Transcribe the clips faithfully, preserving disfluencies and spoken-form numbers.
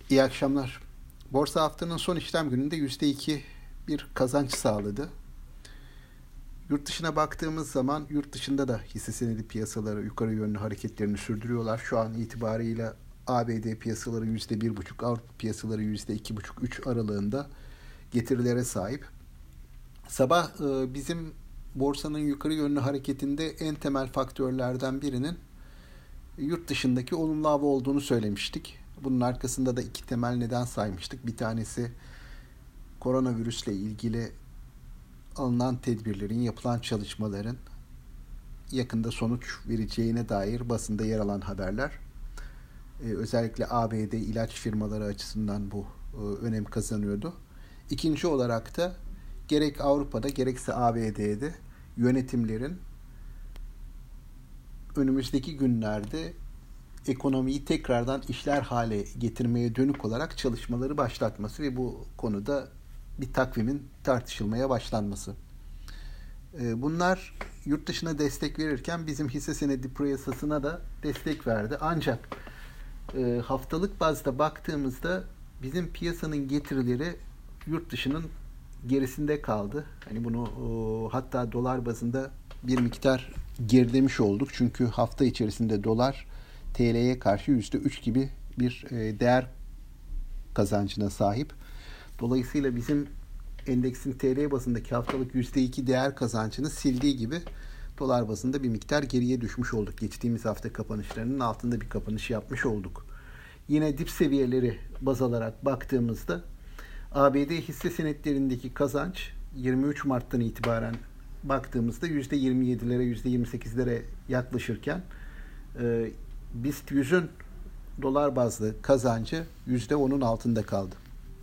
İyi akşamlar. Borsa haftanın son işlem gününde yüzde iki bir kazanç sağladı. Yurt dışına baktığımız zaman yurt dışında da hisse senedi piyasaları yukarı yönlü hareketlerini sürdürüyorlar. Şu an itibarıyla A B D piyasaları yüzde bir buçuk, Avrupa piyasaları yüzde iki buçuk üç aralığında getirilere sahip. Sabah e, bizim borsanın yukarı yönlü hareketinde en temel faktörlerden birinin yurt dışındaki olumlu hava olduğunu söylemiştik. Bunun arkasında da iki temel neden saymıştık. Bir tanesi koronavirüsle ilgili alınan tedbirlerin, yapılan çalışmaların yakında sonuç vereceğine dair basında yer alan haberler. Ee, özellikle A B D ilaç firmaları açısından bu e, önem kazanıyordu. İkinci olarak da gerek Avrupa'da gerekse A B D'de yönetimlerin önümüzdeki günlerde ekonomiyi tekrardan işler hale getirmeye dönük olarak çalışmaları başlatması ve bu konuda bir takvimin tartışılmaya başlanması. Bunlar yurt dışına destek verirken bizim hisse senedi piyasasına da destek verdi. Ancak haftalık bazda baktığımızda bizim piyasanın getirileri yurt dışının gerisinde kaldı. Hani bunu hatta dolar bazında bir miktar gerilemiş olduk. Çünkü hafta içerisinde dolar T L'ye karşı yüzde üç gibi bir değer kazancına sahip. Dolayısıyla bizim endeksin T L bazındaki haftalık yüzde iki değer kazancını sildiği gibi dolar bazında bir miktar geriye düşmüş olduk. Geçtiğimiz hafta kapanışlarının altında bir kapanış yapmış olduk. Yine dip seviyeleri baz alarak baktığımızda A B D hisse senetlerindeki kazanç yirmi üç Mart'tan itibaren baktığımızda yüzde yirmi yedilere yüzde yirmi sekizlere yaklaşırken BIST yüzün dolar bazlı kazancı yüzde onun altında kaldı.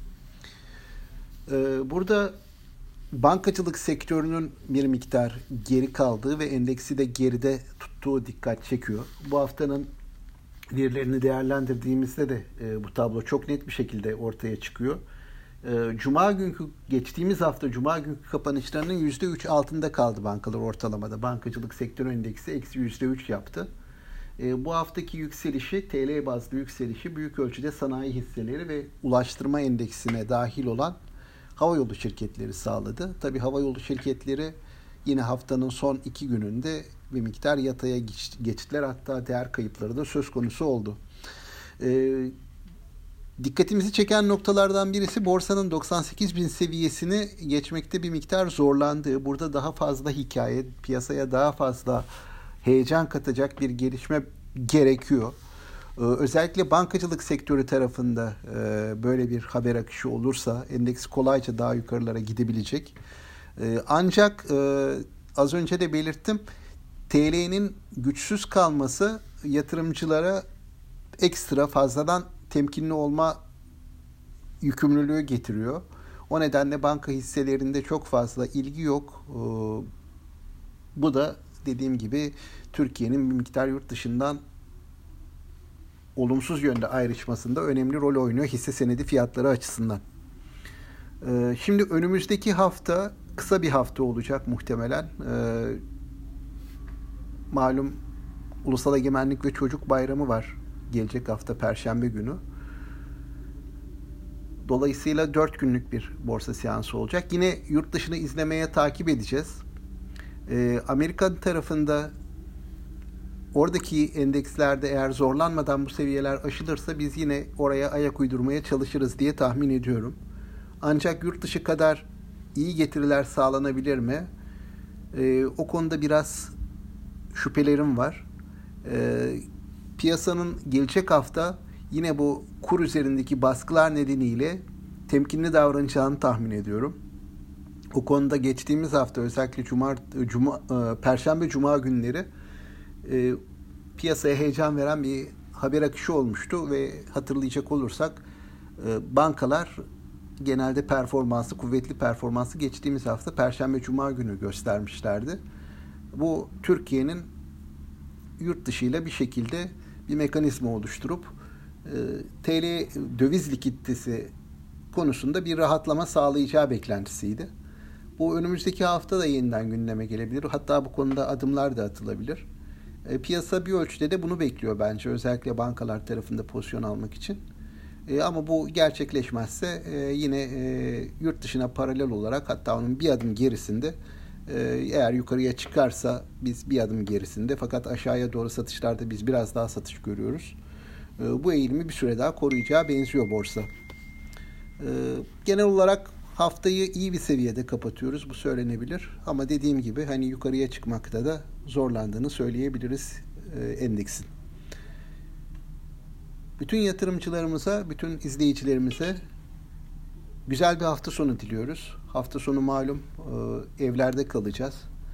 Burada bankacılık sektörünün bir miktar geri kaldığı ve endeksi de geride tuttuğu dikkat çekiyor. Bu haftanın verilerini değerlendirdiğimizde de bu tablo çok net bir şekilde ortaya çıkıyor. Cuma günkü geçtiğimiz hafta Cuma günkü kapanışlarının yüzde üç altında kaldı bankalar ortalamada. Bankacılık sektörü endeksi eksi yüzde üç yaptı. Bu haftaki yükselişi, T L bazlı yükselişi büyük ölçüde sanayi hisseleri ve ulaştırma endeksine dahil olan havayolu şirketleri sağladı. Tabii havayolu şirketleri yine haftanın son iki gününde bir miktar yataya geçtiler. Hatta değer kayıpları da söz konusu oldu. E, dikkatimizi çeken noktalardan birisi borsanın doksan sekiz bin seviyesini geçmekte bir miktar zorlandığı. Burada daha fazla hikaye, piyasaya daha fazla heyecan katacak bir gelişme gerekiyor. Özellikle bankacılık sektörü tarafında böyle bir haber akışı olursa endeks kolayca daha yukarılara gidebilecek. Ancak az önce de belirttim, T L'nin güçsüz kalması yatırımcılara ekstra fazladan temkinli olma yükümlülüğü getiriyor. O nedenle banka hisselerinde çok fazla ilgi yok. Bu da dediğim gibi Türkiye'nin bir miktar yurt dışından olumsuz yönde ayrışmasında önemli rol oynuyor hisse senedi fiyatları açısından. Ee, şimdi önümüzdeki hafta kısa bir hafta olacak muhtemelen. Ee, malum Ulusal Egemenlik ve Çocuk Bayramı var gelecek hafta Perşembe günü. Dolayısıyla dört günlük bir borsa seansı olacak. Yine yurt dışını izlemeye takip edeceğiz. Ee, Amerika tarafında oradaki endekslerde eğer zorlanmadan bu seviyeler aşılırsa biz yine oraya ayak uydurmaya çalışırız diye tahmin ediyorum. Ancak yurt dışı kadar iyi getiriler sağlanabilir mi? Ee, o konuda biraz şüphelerim var. Ee, piyasanın gelecek hafta yine bu kur üzerindeki baskılar nedeniyle temkinli davranacağını tahmin ediyorum. O konuda geçtiğimiz hafta özellikle Cuma, Cuma, Perşembe Cuma günleri e, piyasaya heyecan veren bir haber akışı olmuştu ve hatırlayacak olursak e, bankalar genelde performansı, kuvvetli performansı geçtiğimiz hafta Perşembe Cuma günü göstermişlerdi. Bu Türkiye'nin yurt dışıyla bir şekilde bir mekanizma oluşturup e, T L döviz likiditesi konusunda bir rahatlama sağlayacağı beklentisiydi. Bu önümüzdeki hafta da yeniden gündeme gelebilir. Hatta bu konuda adımlar da atılabilir. E, piyasa bir ölçüde de bunu bekliyor bence. Özellikle bankalar tarafında pozisyon almak için. E, ama bu gerçekleşmezse e, yine e, yurt dışına paralel olarak, hatta onun bir adım gerisinde, e, eğer yukarıya çıkarsa biz bir adım gerisinde, fakat aşağıya doğru satışlarda biz biraz daha satış görüyoruz. E, bu eğilimi bir süre daha koruyacağı benziyor borsa. E, genel olarak haftayı iyi bir seviyede kapatıyoruz. Bu söylenebilir. Ama dediğim gibi hani yukarıya çıkmakta da zorlandığını söyleyebiliriz e, endeksin. Bütün yatırımcılarımıza, bütün izleyicilerimize güzel bir hafta sonu diliyoruz. Hafta sonu malum e, evlerde kalacağız.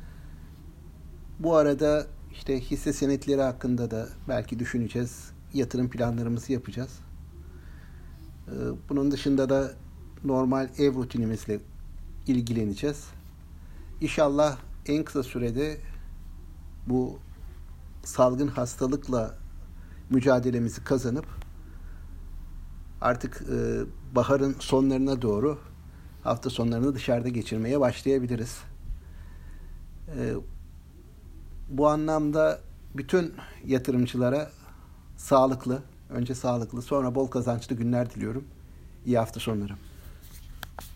Bu arada işte hisse senetleri hakkında da belki düşüneceğiz. Yatırım planlarımızı yapacağız. E, bunun dışında da normal ev rutinimizle ilgileneceğiz. İnşallah en kısa sürede bu salgın hastalıkla mücadelemizi kazanıp artık e, baharın sonlarına doğru hafta sonlarını dışarıda geçirmeye başlayabiliriz. E, bu anlamda bütün yatırımcılara sağlıklı, önce sağlıklı, sonra bol kazançlı günler diliyorum. İyi hafta sonları.